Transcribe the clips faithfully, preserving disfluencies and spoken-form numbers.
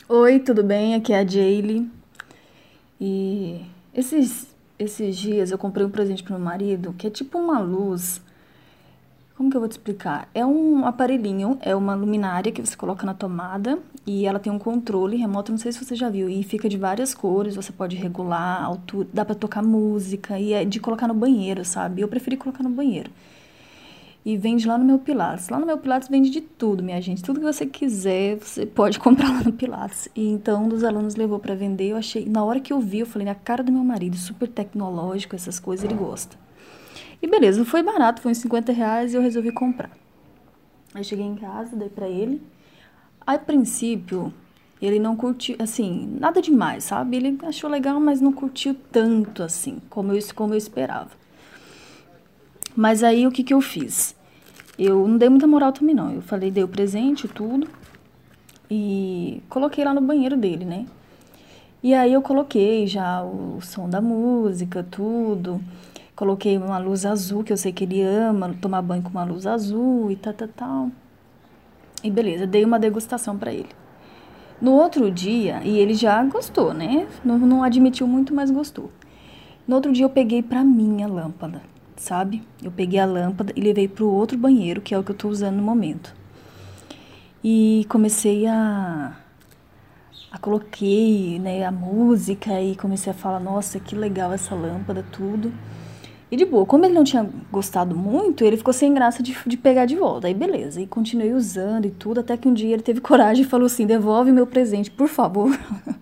Oi, tudo bem? Aqui é a Jaylee. E esses, esses dias eu comprei um presente pro meu marido que é tipo uma luz. Como que eu vou te explicar? É um aparelhinho, é uma luminária que você coloca na tomada e ela tem um controle remoto, não sei se você já viu, e fica de várias cores, você pode regular a altura, dá pra tocar música e é de colocar no banheiro, sabe? Eu preferi colocar no banheiro. E vende lá no meu Pilates. Lá no meu Pilates vende de tudo, minha gente. Tudo que você quiser, você pode comprar lá no Pilates. E então, um dos alunos levou para vender. Eu achei, na hora que eu vi, eu falei, na cara do meu marido, super tecnológico, essas coisas, ele gosta. E beleza, foi barato, foi uns cinquenta reais e eu resolvi comprar. Aí cheguei em casa, dei pra ele. A princípio, ele não curtiu, assim, nada demais, sabe? Ele achou legal, mas não curtiu tanto, assim, como eu, como eu esperava. Mas aí, o que que eu fiz? Eu não dei muita moral também, não. Eu falei, dei o presente e tudo. E coloquei lá no banheiro dele, né? E aí eu coloquei já o som da música, tudo. Coloquei uma luz azul, que eu sei que ele ama tomar banho com uma luz azul e tal, tal, tal. E beleza, dei uma degustação pra ele. No outro dia, e ele já gostou, né? Não, não admitiu muito, mas gostou. No outro dia eu peguei pra minha lâmpada, sabe? Eu peguei a lâmpada e levei pro outro banheiro, que é o que eu tô usando no momento. E comecei a, a coloquei, né, a música e comecei a falar, nossa, que legal essa lâmpada, tudo. E de boa, como ele não tinha gostado muito, ele ficou sem graça de, de pegar de volta. Aí beleza, e continuei usando e tudo, até que um dia ele teve coragem e falou assim, devolve meu presente, por favor.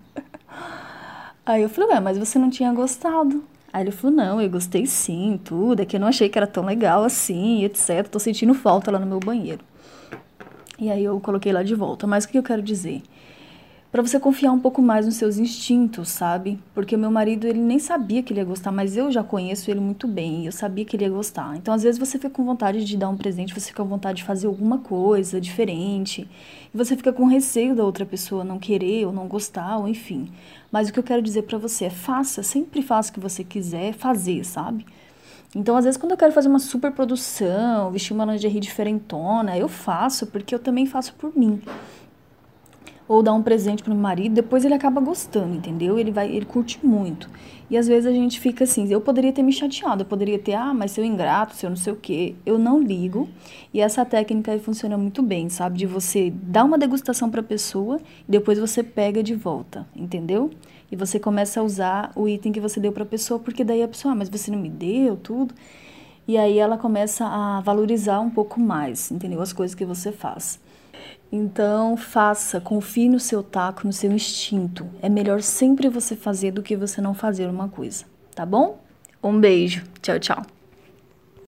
Aí eu falei, ué, mas você não tinha gostado. Aí ele falou, não, eu gostei sim, tudo, é que eu não achei que era tão legal assim, etcétera. Tô sentindo falta lá no meu banheiro. E aí eu coloquei lá de volta. Mas o que eu quero dizer? Pra você confiar um pouco mais nos seus instintos, sabe? Porque o meu marido, ele nem sabia que ele ia gostar, mas eu já conheço ele muito bem, e eu sabia que ele ia gostar. Então, às vezes você fica com vontade de dar um presente, você fica com vontade de fazer alguma coisa diferente, e você fica com receio da outra pessoa não querer ou não gostar, ou enfim. Mas o que eu quero dizer pra você é faça, sempre faça o que você quiser fazer, sabe? Então, às vezes, quando eu quero fazer uma super produção, vestir uma lingerie diferentona, eu faço, porque eu também faço por mim. Ou dar um presente pro meu marido, depois ele acaba gostando, entendeu? Ele vai, ele curte muito. E às vezes a gente fica assim, eu poderia ter me chateado, eu poderia ter, ah, mas seu ingrato, seu não sei o quê. Eu não ligo. E essa técnica aí funciona muito bem, sabe? De você dar uma degustação pra pessoa e depois você pega de volta, entendeu? E você começa a usar o item que você deu pra pessoa, porque daí a pessoa, ah, mas você não me deu tudo. E aí ela começa a valorizar um pouco mais, entendeu? As coisas que você faz. Então, faça, confie no seu taco, no seu instinto. É melhor sempre você fazer do que você não fazer uma coisa, tá bom? Um beijo. Tchau, tchau.